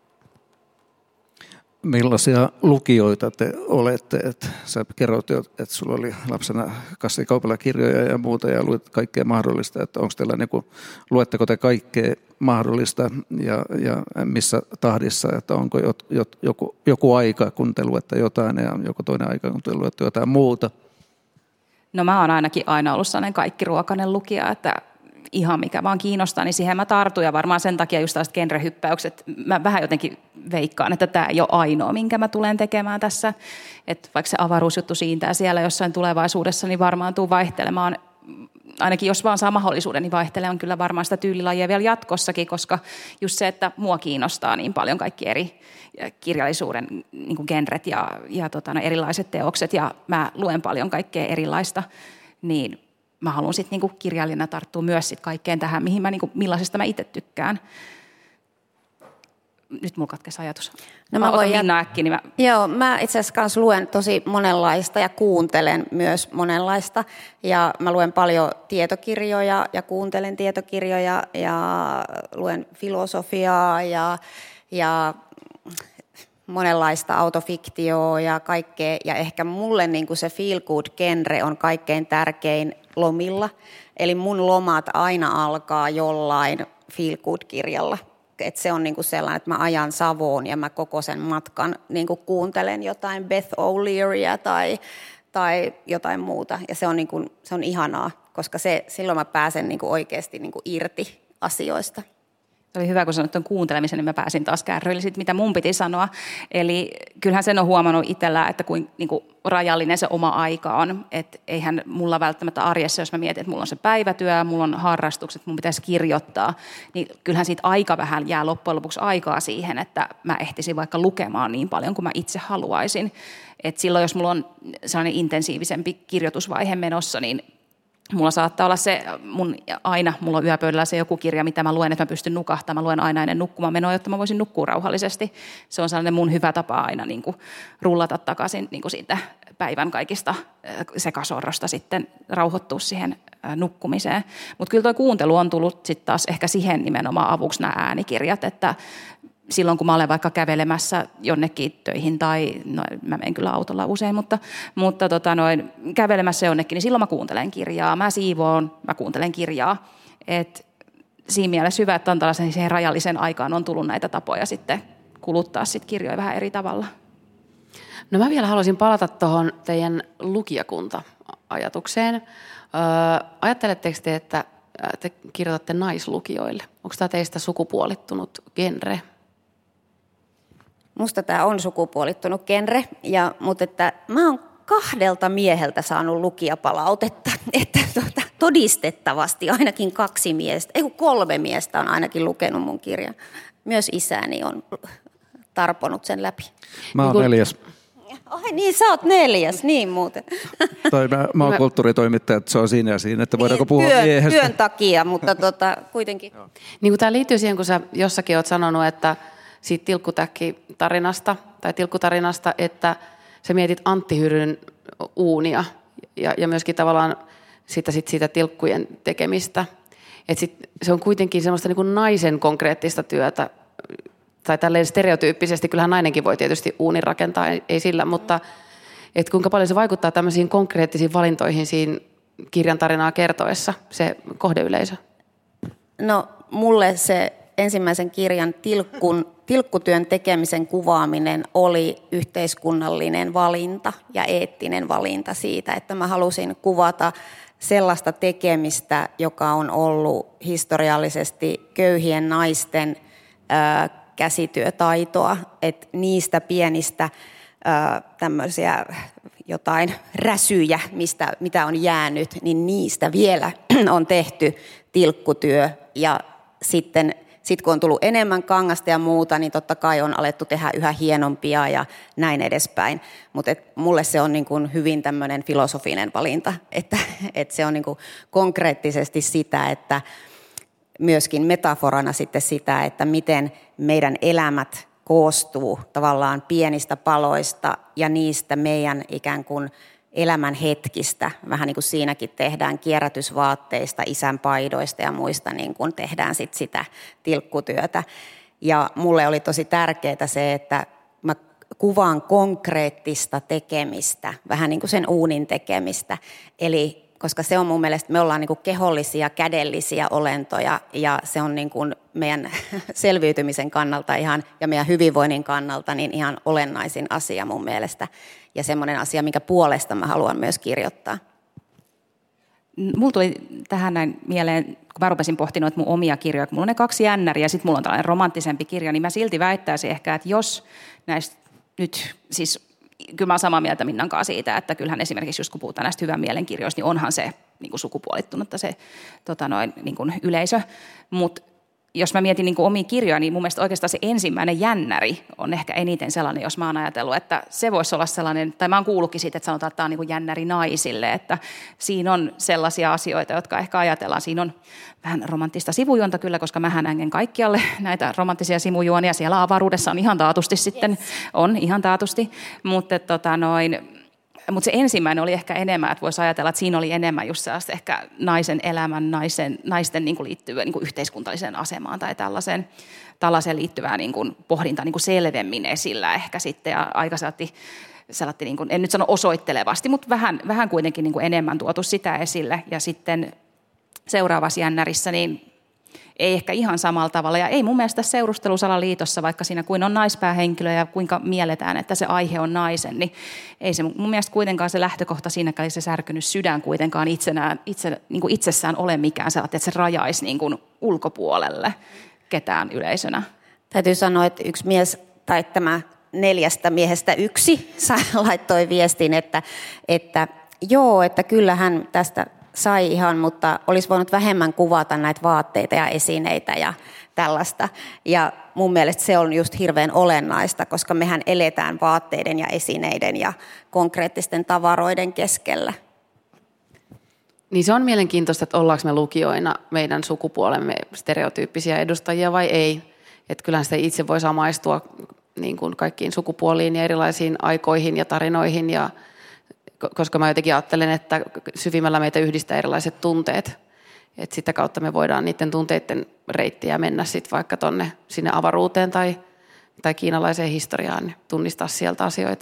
Millaisia lukijoita te olette? Et sä kerroit jo, että sulla oli lapsena kassikaupalla kirjoja ja muuta ja luit kaikkea mahdollista. Että onko teillä niin kuin, luetteko te kaikkea mahdollista ja, ja missä tahdissa? Että onko jot, jot, joku, joku aika, kun te luette jotain ja joku toinen aika, kun te luette jotain muuta? No mä oon ainakin aina ollut sellainen kaikkiruokainen lukija, että ihan mikä vaan kiinnostaa, niin siihen mä tartun. Ja varmaan sen takia just tällaiset genrehyppäykset, mä vähän jotenkin veikkaan, että tämä ei ole ainoa, minkä mä tulen tekemään tässä. Että vaikka se avaruusjuttu siintää siellä jossain tulevaisuudessa, niin varmaan tuu vaihtelemaan. Ainakin jos vaan saa mahdollisuuden, niin vaihtelemaan kyllä varmaan sitä tyylilajia vielä jatkossakin, koska just se, että mua kiinnostaa niin paljon kaikki eri kirjallisuuden niin kuin genret ja, ja tota, no, erilaiset teokset, ja mä luen paljon kaikkea erilaista, niin mä haluan sitten niinku kirjailijana tarttua myös sit kaikkeen tähän, mihin mä, niinku, millaisesta mä itse tykkään. Nyt mulla katkesi ajatus. No mä, mä voin Minna äkkiä, niin mä... Joo, mä itse asiassa kanssa luen tosi monenlaista ja kuuntelen myös monenlaista. Ja mä luen paljon tietokirjoja ja kuuntelen tietokirjoja ja luen filosofiaa ja, ja monenlaista autofiktioa ja kaikkea. Ja ehkä mulle niin kuin se feel good genre on kaikkein tärkein lomilla. Eli mun lomat aina alkaa jollain feel good -kirjalla. Et se on niinku sellainen, että mä ajan Savoon ja mä koko sen matkan niinku kuuntelen jotain Beth O'Learya tai, tai jotain muuta. Ja se on, niinku, se on ihanaa, koska se, silloin mä pääsen niinku oikeasti niinku irti asioista. Se oli hyvä, kun sanoit tuon kuuntelemisen, niin mä pääsin taas kärryille siitä, mitä mun piti sanoa. Eli kyllähän sen on huomannut itsellä, että kuin, niin kuin rajallinen se oma aika on. Että eihän mulla välttämättä arjessa, jos mä mietin, että mulla on se päivätyö, mulla on harrastukset, mun pitäisi kirjoittaa, niin kyllähän siitä aika vähän jää loppujen lopuksi aikaa siihen, että mä ehtisin vaikka lukemaan niin paljon kuin mä itse haluaisin. Et silloin, jos mulla on sellainen intensiivisempi kirjoitusvaihe menossa, niin mulla saattaa olla se, mun, aina mulla on yöpöydällä se joku kirja, mitä mä luen, että mä pystyn nukahtamaan. Mä luen aina ennen nukkumaan menoa, jotta mä voisin nukkua rauhallisesti. Se on sellainen mun hyvä tapa aina niin kuin rullata takaisin niin kuin siitä päivän kaikista sekasorrosta sitten rauhoittua siihen nukkumiseen. Mutta kyllä tuo kuuntelu on tullut sitten taas ehkä siihen nimenomaan avuksi nämä äänikirjat, että silloin, kun mä olen vaikka kävelemässä jonnekin töihin tai, no mä menen kyllä autolla usein, mutta, mutta tota noin, kävelemässä jonnekin, niin silloin mä kuuntelen kirjaa. Mä siivoon, mä kuuntelen kirjaa. Et siinä mielessä hyvä, että on tällaisen siihen rajallisen aikaan on tullut näitä tapoja sitten kuluttaa sit kirjoja vähän eri tavalla. No mä vielä haluaisin palata tuohon teidän lukijakunta-ajatukseen. Öö, ajatteletteko te, että te kirjoitatte naislukijoille? Onko tämä teistä sukupuolittunut genre? Musta tämä on sukupuolittunut genre, ja, mutta että mä oon kahdelta mieheltä saanut lukijapalautetta, että tuota, todistettavasti ainakin kaksi miestä, ei kun kolme miestä on ainakin lukenut mun kirjan. Myös isäni on tarponut sen läpi. Mä oon neljäs. Ai niin, sä oot neljäs, niin muuten. Tai mä, mä oon mä... kulttuuritoimittaja, että se on siinä ja siinä, että voidaanko puhua työn, miehestä. Työn takia, mutta tota, kuitenkin. Niin kuin tämä liittyy siihen, kun sä jossakin oot sanonut, että siitä tilkkutäkki-tarinasta tai tilkkutarinasta, että sä mietit Antti Hyryn uunia ja, ja myöskin tavallaan sitä, sit siitä tilkkujen tekemistä. Et sit se on kuitenkin semmoista niin kuin naisen konkreettista työtä, tai tälleen stereotyyppisesti, kyllähän nainenkin voi tietysti uunin rakentaa, ei, ei sillä, mutta et kuinka paljon se vaikuttaa tämmöisiin konkreettisiin valintoihin siinä kirjan tarinaa kertoessa, se kohdeyleisö? No mulle se ensimmäisen kirjan tilkkun, tilkkutyön tekemisen kuvaaminen oli yhteiskunnallinen valinta ja eettinen valinta siitä, että mä halusin kuvata sellaista tekemistä, joka on ollut historiallisesti köyhien naisten ää, käsityötaitoa, että niistä pienistä ää, tämmöisiä jotain räsyjä, mistä, mitä on jäänyt, niin niistä vielä on tehty tilkkutyö ja sitten Sitten kun on tullut enemmän kangasta ja muuta, niin totta kai on alettu tehdä yhä hienompia ja näin edespäin. Mutta mulle se on niin kuin hyvin tämmöinen filosofinen valinta, että et se on niin kuin konkreettisesti sitä, että myöskin metaforana sitten sitä, että miten meidän elämät koostuu tavallaan pienistä paloista ja niistä meidän ikään kuin elämän hetkistä. Vähän niin kuin siinäkin tehdään kierrätysvaatteista, isänpaidoista ja muista, niin kuin tehdään sit sitä tilkkutyötä. Ja mulle oli tosi tärkeää se, että mä kuvaan konkreettista tekemistä, vähän niin kuin sen uunin tekemistä. Eli koska se on mun mielestä, me ollaan niin kuin kehollisia, kädellisiä olentoja ja se on niin kuin meidän selviytymisen kannalta ihan, ja meidän hyvinvoinnin kannalta niin ihan olennaisin asia mun mielestä. Ja semmoinen asia, minkä puolesta mä haluan myös kirjoittaa. Mulla tuli tähän näin mieleen, kun mä rupesin pohtimaan mun omia kirjoja, kun mulla on ne kaksi jännäriä ja sitten mulla on tällainen romanttisempi kirja, niin mä silti väittäisin ehkä, että jos näistä nyt siis kyllä mä olen samaa mieltä Minnan kanssa siitä, että kyllähän esimerkiksi just kun puhutaan näistä hyvän mielen kirjoista, niin onhan se niin kuin sukupuolittunutta se tota noin, niin kuin yleisö. Mutta jos mä mietin niin kuin omia kirjoja, niin mun mielestä oikeastaan se ensimmäinen jännäri on ehkä eniten sellainen, jos mä oon ajatellut, että se voisi olla sellainen, tai mä oon kuullutkin siitä, että sanotaan, että tämä on niin kuin jännäri naisille, että siinä on sellaisia asioita, jotka ehkä ajatellaan. Siinä on vähän romanttista sivujuonta kyllä, koska mähän ängen kaikkialle näitä romanttisia sivujuonia. Siellä avaruudessa on ihan taatusti sitten, yes. on ihan taatusti, mutta tota noin... Mutta se ensimmäinen oli ehkä enemmän, että voisi ajatella, että siinä oli enemmän just sellaista ehkä naisen elämän, naisen, naisten niin kuin liittyvää niin kuin yhteiskunnalliseen asemaan tai tällaiseen, tällaiseen liittyvää niin kuin pohdintaa niin kuin selvemmin esillä ehkä sitten. Ja aika sellaatti, sellaatti niin kuin, en nyt sano osoittelevasti, mutta vähän, vähän kuitenkin niin kuin enemmän tuotu sitä esille. Ja sitten seuraavassa jännärissä niin ei ehkä ihan samalla tavalla. Ja ei mun mielestä Seurustelusalaliitossa, vaikka siinä kuin on naispäähenkilö ja kuinka mielletään, että se aihe on naisen, niin ei se mun mielestä kuitenkaan se lähtökohta siinäkään se särkynyt sydän kuitenkaan itsenään, itse, niin kuin itsessään ole mikään sellainen, että se rajaisi niin kuin ulkopuolelle ketään yleisönä. Täytyy sanoa, että yksi mies, tai tämä neljästä miehestä yksi, laittoi viestin, että, että joo, että kyllähän tästä sai ihan, mutta olisi voinut vähemmän kuvata näitä vaatteita ja esineitä ja tällaista. Ja mun mielestä se on just hirveän olennaista, koska mehän eletään vaatteiden ja esineiden ja konkreettisten tavaroiden keskellä. Niin se on mielenkiintoista, että ollaanko me lukijoina meidän sukupuolemme stereotyyppisiä edustajia vai ei. Että kyllähän sitä itse voi samaistua niin kuin kaikkiin sukupuoliin ja erilaisiin aikoihin ja tarinoihin ja koska mä jotenkin ajattelen, että syvimmällä meitä yhdistää erilaiset tunteet. Että sitä kautta me voidaan niiden tunteiden reittiä mennä sitten vaikka tonne sinne avaruuteen tai, tai kiinalaiseen historiaan, niin tunnistaa sieltä asioita.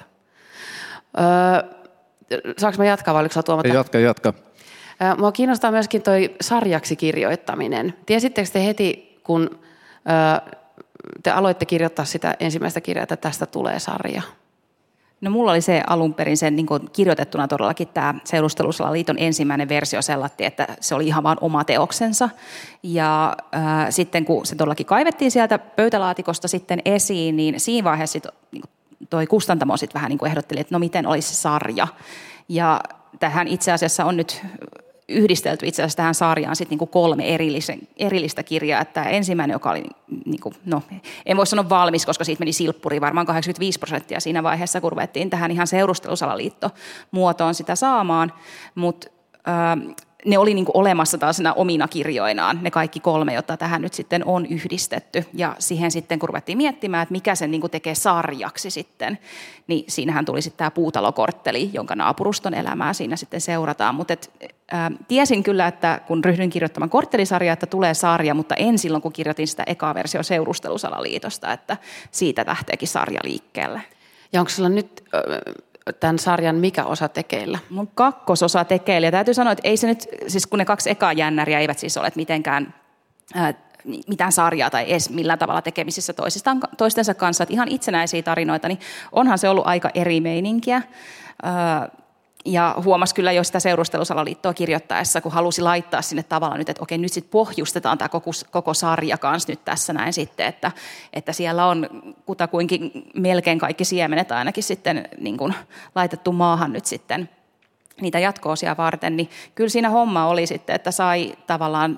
Öö, saanko mä jatkaa vai oliko sulla Tuomas? Jatka, jatka. Öö, mua kiinnostaa myöskin toi sarjaksi kirjoittaminen. Tiesittekö te heti, kun öö, te aloitte kirjoittaa sitä ensimmäistä kirjaa, että tästä tulee sarja? No mulla oli se alun perin sen niin kuin kirjoitettuna todellakin tämä Seurustelusalaliiton ensimmäinen versio sellatti, että se oli ihan vaan oma teoksensa. Ja äh, sitten kun se todellakin kaivettiin sieltä pöytälaatikosta sitten esiin, niin siinä vaiheessa sit, niin toi kustantamo sitten vähän niin kuin ehdotteli, että no miten olisi se sarja. Ja tähän itse asiassa on nyt yhdistelty itse asiassa tähän sarjaan sitten niinku kolme erillistä kirjaa. Että ensimmäinen, joka oli, niinku, no en voi sanoa valmis, koska siitä meni silppuri varmaan kahdeksankymmentäviisi prosenttia siinä vaiheessa, kun ruvettiin tähän ihan Seurustelusalaliitto-muotoon sitä saamaan, mutta äh, ne oli niinku olemassa tällaisena omina kirjoinaan, ne kaikki kolme, jotta tähän nyt sitten on yhdistetty. Ja siihen sitten, kun ruvettiin miettimään, että mikä sen niinku tekee sarjaksi sitten, niin siinähän tuli sitten tämä Puutalokortteli, jonka naapuruston elämää siinä sitten seurataan. Mutta äh, tiesin kyllä, että kun ryhdyin kirjoittamaan korttelisarjaa, että tulee sarja, mutta en silloin, kun kirjoitin sitä ekaa versio Seurustelusalaliitosta, että siitä lähteekin sarja liikkeelle. Ja onko sulla nyt tämän sarjan mikä osa tekeillä? Mun kakkososa tekeillä. Ja täytyy sanoa, että ei se nyt, siis kun ne kaksi ekaa jännäriä eivät siis ole mitenkään ää, mitään sarjaa tai edes millään tavalla tekemisissä toisistaan, toistensa kanssa, että ihan itsenäisiä tarinoita, niin onhan se ollut aika eri meininkiä. Ää, ja huomasi kyllä jo sitä Seurustelusalaliittoa kirjoittaessa, kun halusi laittaa sinne tavalla nyt, että okei, nyt sitten pohjustetaan tämä koko, koko sarja kanssa nyt tässä näin sitten, että, että siellä on kutakuinkin melkein kaikki siemenet ainakin sitten niin kuin laitettu maahan nyt sitten niitä jatko-osia varten, niin kyllä siinä homma oli sitten, että sai tavallaan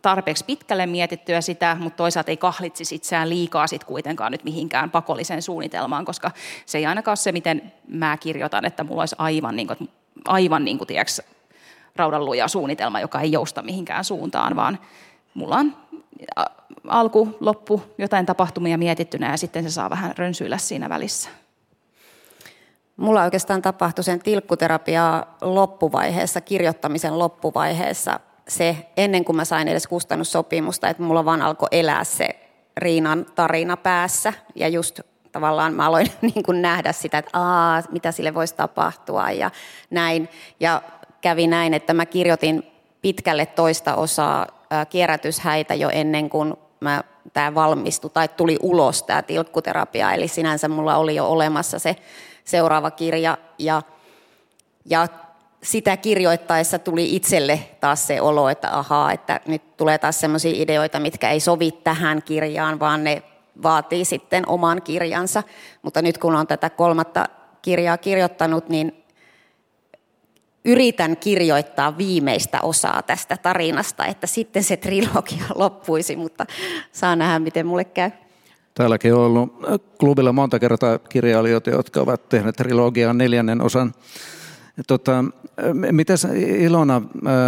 tarpeeksi pitkälle mietittyä sitä, mutta toisaalta ei kahlitsisi itseään liikaa sit kuitenkaan nyt mihinkään pakolliseen suunnitelmaan, koska se ei ainakaan ole se, miten mä kirjoitan, että mulla olisi aivan, niin kuin, aivan niin kuin, tiedätkö, raudanluja suunnitelma, joka ei jousta mihinkään suuntaan, vaan mulla on alku, loppu, jotain tapahtumia mietittynä ja sitten se saa vähän rönsyillä siinä välissä. Mulla oikeastaan tapahtui sen tilkkuterapiaa loppuvaiheessa, kirjoittamisen loppuvaiheessa se, ennen kuin mä sain edes kustannussopimusta, että mulla vaan alkoi elää se Riinan tarina päässä ja just tavallaan mä aloin niin kuin nähdä sitä, että aa, mitä sille voisi tapahtua ja näin. Ja kävi näin, että mä kirjoitin pitkälle toista osaa ää, kierrätyshäitä jo ennen kuin mä, tämä valmistui tai tuli ulos tämä tilkkuterapia. Eli sinänsä mulla oli jo olemassa se seuraava kirja ja, ja sitä kirjoittaessa tuli itselle taas se olo, että ahaa, että nyt tulee taas sellaisia ideoita, mitkä ei sovi tähän kirjaan, vaan ne vaatii sitten oman kirjansa. Mutta nyt kun olen tätä kolmatta kirjaa kirjoittanut, niin yritän kirjoittaa viimeistä osaa tästä tarinasta, että sitten se trilogia loppuisi, mutta saa nähdä, miten mulle käy. Täälläkin on ollut klubilla monta kertaa kirjailijoita, jotka ovat tehneet trilogian neljännen osan. Tota, mitäs Ilona,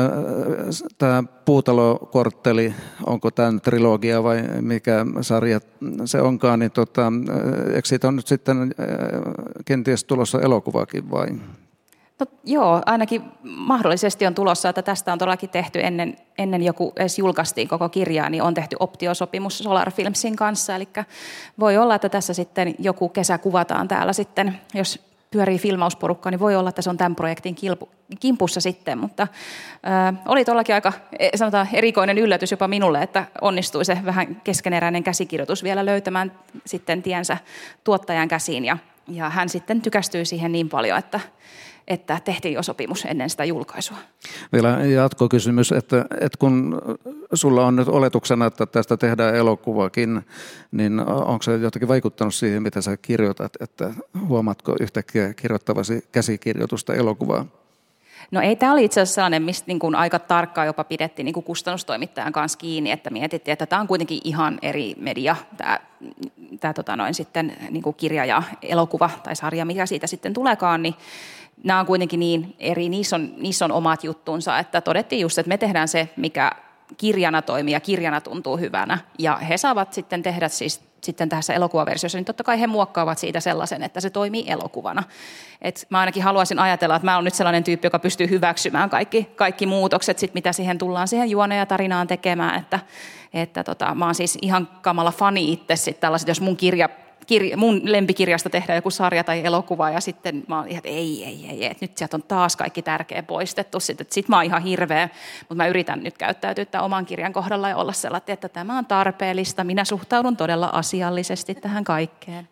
tämä Puutalo-kortteli, onko tämä trilogia vai mikä sarja se onkaan, niin tota, eikö siitä on nyt sitten kenties tulossa elokuvakin vai? No, joo, ainakin mahdollisesti on tulossa, että tästä on todellakin tehty ennen, ennen joku edes julkaistiin koko kirjaa, niin on tehty optiosopimus Solar Filmsin kanssa, eli voi olla, että tässä sitten joku kesä kuvataan täällä sitten, jos pyörii filmausporukka, niin voi olla, että se on tämän projektin kilpu, kimpussa sitten, mutta ää, oli todellakin aika sanotaan, erikoinen yllätys jopa minulle, että onnistui se vähän keskeneräinen käsikirjoitus vielä löytämään sitten tiensä tuottajan käsiin, ja, ja hän sitten tykästyi siihen niin paljon, että että tehtiin jo sopimus ennen sitä julkaisua. Vielä jatkokysymys, että, että kun sulla on nyt oletuksena, että tästä tehdään elokuvakin, niin onko se jotenkin vaikuttanut siihen, mitä sä kirjoitat, että huomaatko yhtäkkiä kirjoittavasi käsikirjoitusta elokuvaa? No ei, tämä oli itse asiassa sellainen, mistä niin kuin aika tarkkaan jopa pidettiin niin kuin kustannustoimittajan kanssa kiinni, että mietittiin, että tämä on kuitenkin ihan eri media, tämä, tämä tota noin sitten niin kuin kirja ja elokuva tai sarja, mikä siitä sitten tuleekaan, niin nämä on kuitenkin niin eri, niissä on, niissä on omat juttunsa, että todettiin just, että me tehdään se, mikä kirjana toimii ja kirjana tuntuu hyvänä. Ja he saavat sitten tehdä siis sitten tässä elokuvaversiossa, niin totta kai he muokkaavat siitä sellaisen, että se toimii elokuvana. Et mä ainakin haluaisin ajatella, että mä oon nyt sellainen tyyppi, joka pystyy hyväksymään kaikki, kaikki muutokset, sit mitä siihen tullaan siihen juoneen ja tarinaan tekemään. Että, että tota, mä oon siis ihan kamala fani itse sitten tällaiset, jos mun kirja Kirja, mun lempikirjasta tehdään joku sarja tai elokuva ja sitten mä oon ihan, että ei, ei, ei, ei, nyt sieltä on taas kaikki tärkeä poistettu. Sitten sit mä oon ihan hirveä, mutta mä yritän nyt käyttäytyä tämän oman kirjan kohdalla ja olla sellainen, että tämä on tarpeellista. Minä suhtaudun todella asiallisesti tähän kaikkeen.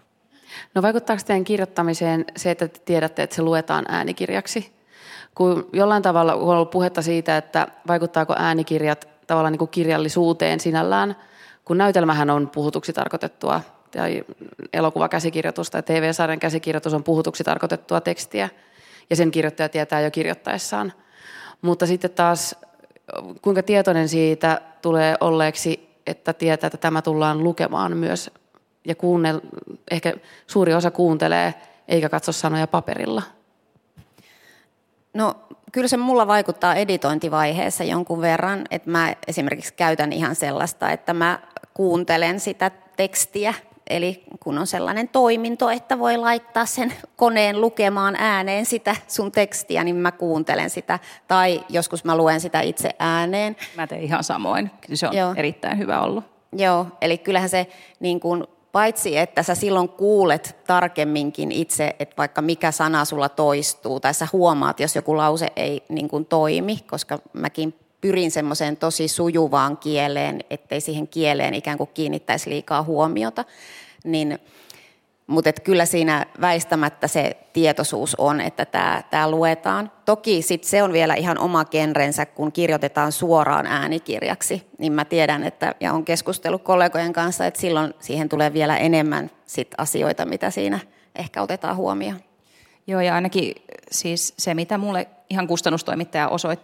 No vaikuttaako teidän kirjoittamiseen se, että te tiedätte, että se luetaan äänikirjaksi? Kun jollain tavalla on ollut puhetta siitä, että vaikuttaako äänikirjat tavallaan niin kuin kirjallisuuteen sinällään, kun näytelmähän on puhutuksi tarkoitettua tai elokuvakäsikirjoitus tai T V-sarjan käsikirjoitus on puhutuksi tarkoitettua tekstiä, ja sen kirjoittaja tietää jo kirjoittaessaan. Mutta sitten taas, kuinka tietoinen siitä tulee olleeksi, että tietää, että tämä tullaan lukemaan myös, ja kuunnel, ehkä suuri osa kuuntelee, eikä katso sanoja paperilla. No kyllä se mulla vaikuttaa editointivaiheessa jonkun verran, että mä esimerkiksi käytän ihan sellaista, että mä kuuntelen sitä tekstiä. Eli kun on sellainen toiminto, että voi laittaa sen koneen lukemaan ääneen sitä sun tekstiä, niin mä kuuntelen sitä. Tai joskus mä luen sitä itse ääneen. Mä teen ihan samoin. Se on Joo. erittäin hyvä ollut. Joo, eli kyllähän se niin kuin, paitsi, että sä silloin kuulet tarkemminkin itse, että vaikka mikä sana sulla toistuu, tai sä huomaat, jos joku lause ei niin kuin toimi, koska mäkin pyrin semmoiseen tosi sujuvaan kieleen, ettei siihen kieleen ikään kuin kiinnittäisi liikaa huomiota. Niin, mutta et kyllä siinä väistämättä se tietoisuus on, että tämä, tämä luetaan. Toki sit se on vielä ihan oma genrensä, kun kirjoitetaan suoraan äänikirjaksi. Niin mä tiedän, että, ja olen keskustellut kollegojen kanssa, että silloin siihen tulee vielä enemmän sit asioita, mitä siinä ehkä otetaan huomioon. Joo, ja ainakin siis se, mitä mulle ihan kustannustoimittaja osoitti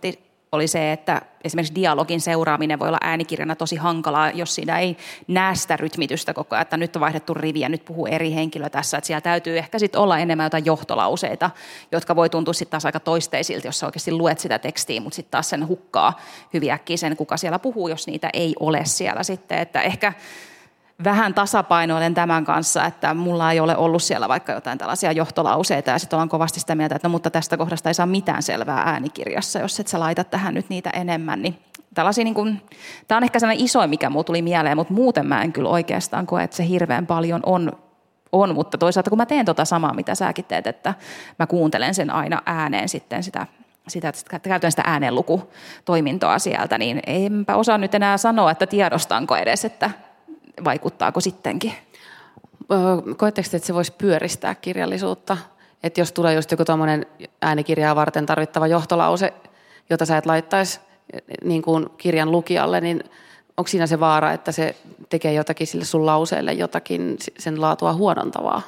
oli se, että esimerkiksi dialogin seuraaminen voi olla äänikirjana tosi hankalaa, jos siinä ei näe sitä rytmitystä koko ajan, että nyt on vaihdettu riviä, nyt puhuu eri henkilö tässä, että siellä täytyy ehkä sitten olla enemmän jotain johtolauseita, jotka voi tuntua sitten taas aika toisteisilta, jos sä oikeasti luet sitä tekstiä, mutta sitten taas sen hukkaa hyvin äkkiä sen, kuka siellä puhuu, jos niitä ei ole siellä sitten, että ehkä vähän tasapainoilen tämän kanssa, että mulla ei ole ollut siellä vaikka jotain tällaisia johtolauseita ja sitten ollaan kovasti sitä mieltä, että no, mutta tästä kohdasta ei saa mitään selvää äänikirjassa, jos et sä laita tähän nyt niitä enemmän. Niin tällaisia niin kuin, tämä on ehkä sellainen iso, mikä mulle tuli mieleen, mutta muuten mä en kyllä oikeastaan koe, että se hirveän paljon on, on. Mutta toisaalta kun mä teen tota samaa, mitä säkin teet, että mä kuuntelen sen aina ääneen sitten sitä, sitä että käytän sitä äänenlukutoimintoa sieltä, niin enpä osaa nyt enää sanoa, että tiedostanko edes, että vaikuttaako sittenkin? Koetteko, että se voisi pyöristää kirjallisuutta? Että jos tulee just joku tuommoinen äänikirjaa varten tarvittava johtolause, jota sä et laittaisi niin kuin kirjan lukijalle, niin onko siinä se vaara, että se tekee jotakin sille sun lauseelle jotakin sen laatua huonontavaa?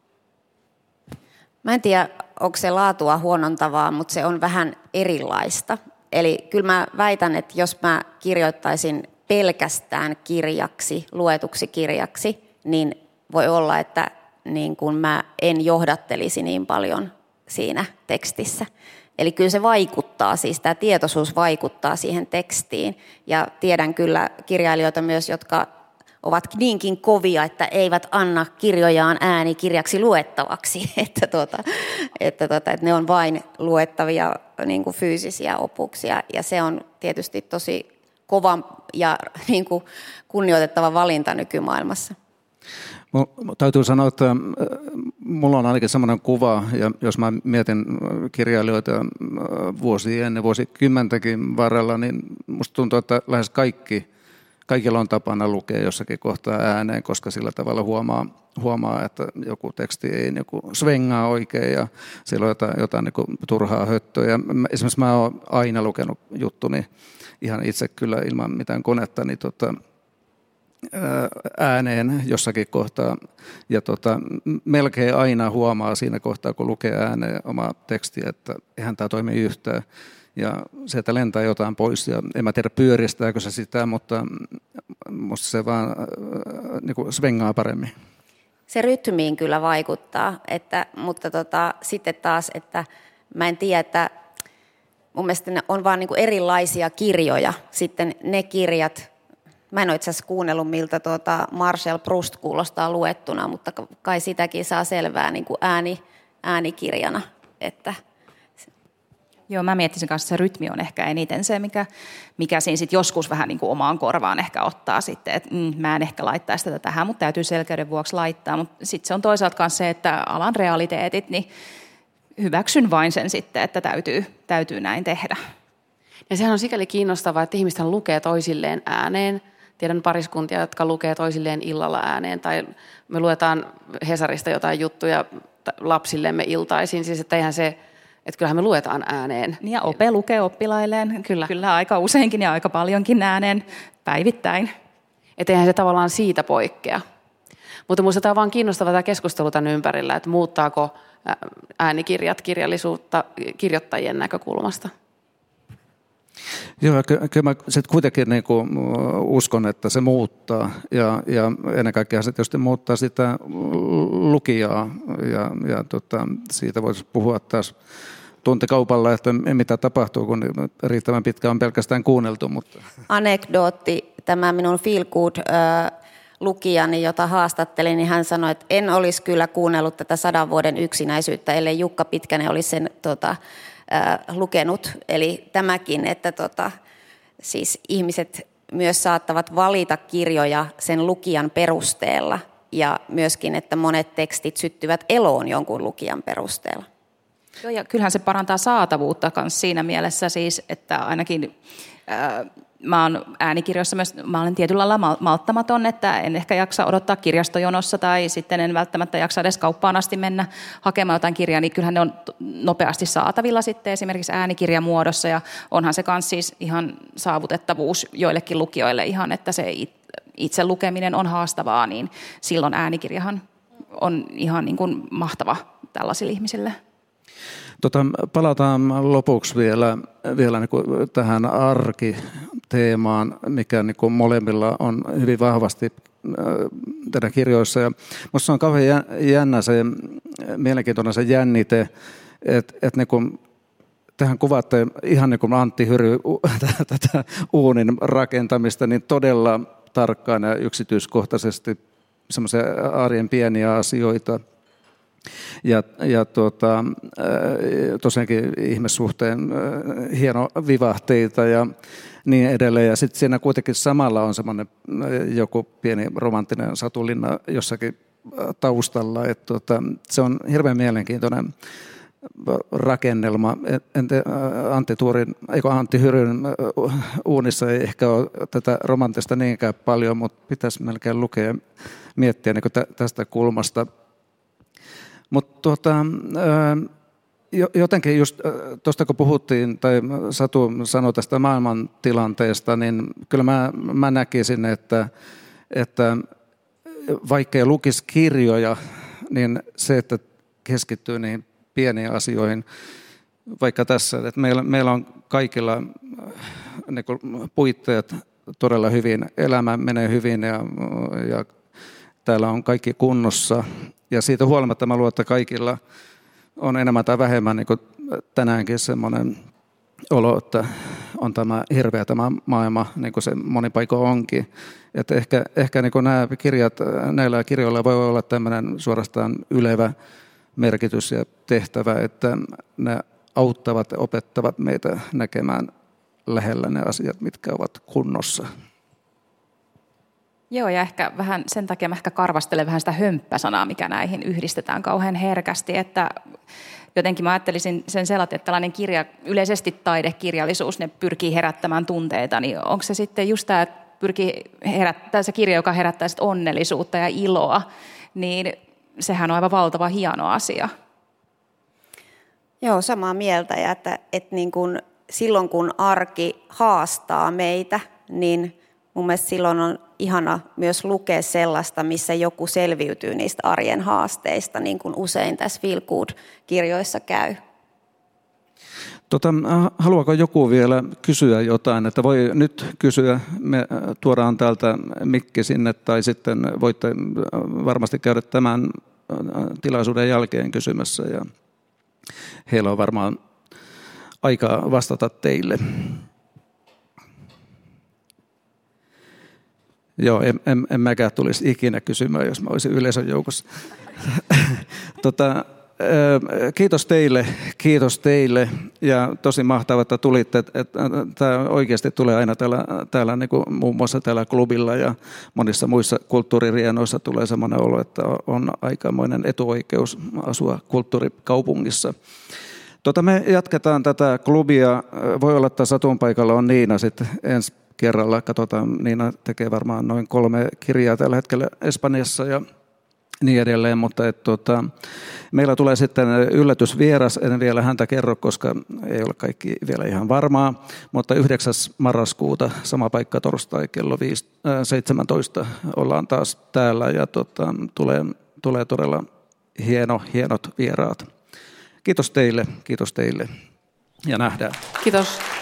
Mä en tiedä, onko se laatua huonontavaa, mutta se on vähän erilaista. Eli kyllä mä väitän, että jos mä kirjoittaisin pelkästään kirjaksi, luetuksi kirjaksi, niin voi olla, että niin kun mä en johdattelisi niin paljon siinä tekstissä. Eli kyllä se vaikuttaa, siis tämä tietoisuus vaikuttaa siihen tekstiin. Ja tiedän kyllä kirjailijoita myös, jotka ovat niinkin kovia, että eivät anna kirjojaan äänikirjaksi luettavaksi, että, tuota, että, tuota, että ne on vain luettavia niin kuin fyysisiä opuksia. Ja se on tietysti tosi kova ja niin kuin kunnioitettava valinta nykymaailmassa. Täytyy sanoa, että mulla on ainakin semmoinen kuva, ja jos mä mietin kirjailijoita vuosia ennen vuosikymmentäkin varrella, niin musta tuntuu, että lähes kaikki, kaikilla on tapana lukea jossakin kohtaa ääneen, koska sillä tavalla huomaa, huomaa että joku teksti ei joku svengaa oikein ja siellä on jotain, jotain niin kuin turhaa höttöä. Esimerkiksi mä oon aina lukenut juttuni ihan itse kyllä ilman mitään konetta, niin tota, ääneen jossakin kohtaa. Ja tota, melkein aina huomaa siinä kohtaa, kun lukee ääneen omaa tekstiä, että eihän tämä toimi yhtään. Ja sieltä lentää jotain pois. Ja en mä tiedä, pyöristääkö se sitä, mutta musta se vaan äh, niin kuin svengaa paremmin. Se rytmiin kyllä vaikuttaa, että, mutta tota, sitten taas, että mä en tiedä, että mun mielestä ne on vaan niin kuin erilaisia kirjoja. Sitten ne kirjat, mä en ole itse asiassa kuunnellut, miltä tuota Marcel Proust kuulostaa luettuna, mutta kai sitäkin saa selvää niin kuin ääni, äänikirjana. Että Joo, mä miettisin kanssa, että se rytmi on ehkä eniten se, mikä, mikä siinä sit joskus vähän niin kuin omaan korvaan ehkä ottaa sitten, että mm, mä en ehkä laittaisi tätä tähän, mutta täytyy selkeyden vuoksi laittaa. Mutta sitten se on toisaalta myös se, että alan realiteetit, niin hyväksyn vain sen sitten, että täytyy, täytyy näin tehdä. Ja sehän on sikäli kiinnostavaa, että ihmiset lukee toisilleen ääneen. Tiedän pariskuntia, jotka lukee toisilleen illalla ääneen, tai me luetaan Hesarista jotain juttuja lapsillemme iltaisin, siis että eihän se, että kyllähän me luetaan ääneen. Ja Ope lukee oppilailleen, kyllä. kyllä aika useinkin ja aika paljonkin ääneen päivittäin. Että eihän se tavallaan siitä poikkea. Mutta minusta tämä on vaan kiinnostava tämä keskustelu tämän ympärillä, että muuttaako äänikirjat kirjallisuutta kirjoittajien näkökulmasta. Joo, kyllä mä sitten kuitenkin niin kuin uskon, että se muuttaa ja, ja ennen kaikkea se tietysti muuttaa sitä lukijaa ja, ja tota, siitä voisi puhua taas tuntikaupalla, että mitä tapahtuu, kun riittävän pitkä on pelkästään kuunneltu. Mutta. Anekdootti, tämä minun Feel Good lukijani, jota haastattelin, niin hän sanoi, että en olisi kyllä kuunnellut tätä sadan vuoden yksinäisyyttä, ellei Jukka Pitkänen olisi sen tota, lukenut. Eli tämäkin, että tota, siis ihmiset myös saattavat valita kirjoja sen lukijan perusteella ja myöskin, että monet tekstit syttyvät eloon jonkun lukijan perusteella. Joo, ja kyllähän se parantaa saatavuutta myös siinä mielessä siis, että ainakin ää, mä oon äänikirjoissa myös, mä olen tietyllä lailla malttamaton, että en ehkä jaksa odottaa kirjastojonossa tai sitten en välttämättä jaksa edes kauppaan asti mennä hakemaan jotain kirjaa, niin kyllähän ne on nopeasti saatavilla sitten esimerkiksi äänikirjamuodossa ja onhan se myös siis ihan saavutettavuus joillekin lukijoille ihan, että se itse lukeminen on haastavaa, niin silloin äänikirjahan on ihan niin kuin mahtava tällaisille ihmisille. Tota, palataan lopuksi vielä, vielä niin kuin tähän arkiteemaan, mikä niin kuin molemmilla on hyvin vahvasti teidän kirjoissa. Ja minusta on kauhean jännä se, mielenkiintoinen se jännite, että, että niin kuin tähän kuvaatte ihan niin kuin Antti Hyry tätä uunin rakentamista, niin todella tarkkaan ja yksityiskohtaisesti semmoisia arjen pieniä asioita. Ja, ja tuota, tosiaankin ihmissuhteen hieno vivahteita ja niin edelleen. Ja sitten siinä kuitenkin samalla on semmoinen joku pieni romanttinen satulinna jossakin taustalla. Et tuota, se on hirveän mielenkiintoinen rakennelma. En te, Antti Tuurin, eikö Antti Hyryn uunissa ei ehkä ole tätä romanttista niinkään paljon, mutta pitäisi melkein lukea ja miettiä niin kuin tästä kulmasta. Mutta tuota, jotenkin just tuosta kun puhuttiin, tai Satu sanoi tästä maailmantilanteesta, niin kyllä mä, mä näkisin, että, että vaikka ei lukisi kirjoja, niin se, että keskittyy niihin pieniin asioihin, vaikka tässä, että meillä, meillä on kaikilla niin kuin puitteet todella hyvin, elämä menee hyvin ja, ja täällä on kaikki kunnossa. Ja siitä huolimatta mä luulen, että kaikilla on enemmän tai vähemmän niin kuin tänäänkin semmoinen olo, että on tämä hirveä tämä maailma, niin kuin se moni paikka onkin. Että ehkä, ehkä niin kuin nämä kirjat, näillä kirjoilla voi olla tämmöinen suorastaan ylevä merkitys ja tehtävä, että ne auttavat ja opettavat meitä näkemään lähellä ne asiat, mitkä ovat kunnossa. Joo, ja ehkä vähän sen takia mä ehkä karvastelen vähän sitä hömppäsanaa, mikä näihin yhdistetään kauhean herkästi, että jotenkin mä ajattelisin sen sellainen, että tällainen kirja, yleisesti taidekirjallisuus, ne pyrkii herättämään tunteita, niin onko se sitten just tämä, että pyrkii herättää se kirja, joka herättää sit onnellisuutta ja iloa, niin sehän on aivan valtava hieno asia. Joo, samaa mieltä, ja että, että niin kun silloin kun arki haastaa meitä, niin mun mielestä silloin on ihana myös lukea sellaista, missä joku selviytyy niistä arjen haasteista, niin kuin usein tässä Feel Good-kirjoissa käy. Tota, haluaako joku vielä kysyä jotain? Että voi nyt kysyä, me tuodaan täältä mikki sinne, tai sitten voitte varmasti käydä tämän tilaisuuden jälkeen kysymässä, ja heillä on varmaan aikaa vastata teille. Joo, en, en, en mäkään tulisi ikinä kysymään, jos mä olisin yleisön joukossa. tota, kiitos teille, kiitos teille ja tosi mahtavaa, että tulitte. Että, että, tämä oikeasti tulee aina täällä, täällä niin kuin muun muassa täällä klubilla ja monissa muissa kulttuuririenoissa tulee sellainen olo, että on aikamoinen etuoikeus asua kulttuurikaupungissa. Tota, me jatketaan tätä klubia. Voi olla, että Satun paikalla on Niina sitten ensi kerralla. Katsotaan, Niina tekee varmaan noin kolme kirjaa tällä hetkellä Espanjassa ja niin edelleen, mutta et, tota, meillä tulee sitten yllätysvieras, en vielä häntä kerro, koska ei ole kaikki vielä ihan varmaa, mutta yhdeksäs marraskuuta, sama paikka torstai kello seitsemäntoista ollaan taas täällä ja tota, tulee, tulee todella hieno, hienot vieraat. Kiitos teille, kiitos teille ja nähdään. Kiitos.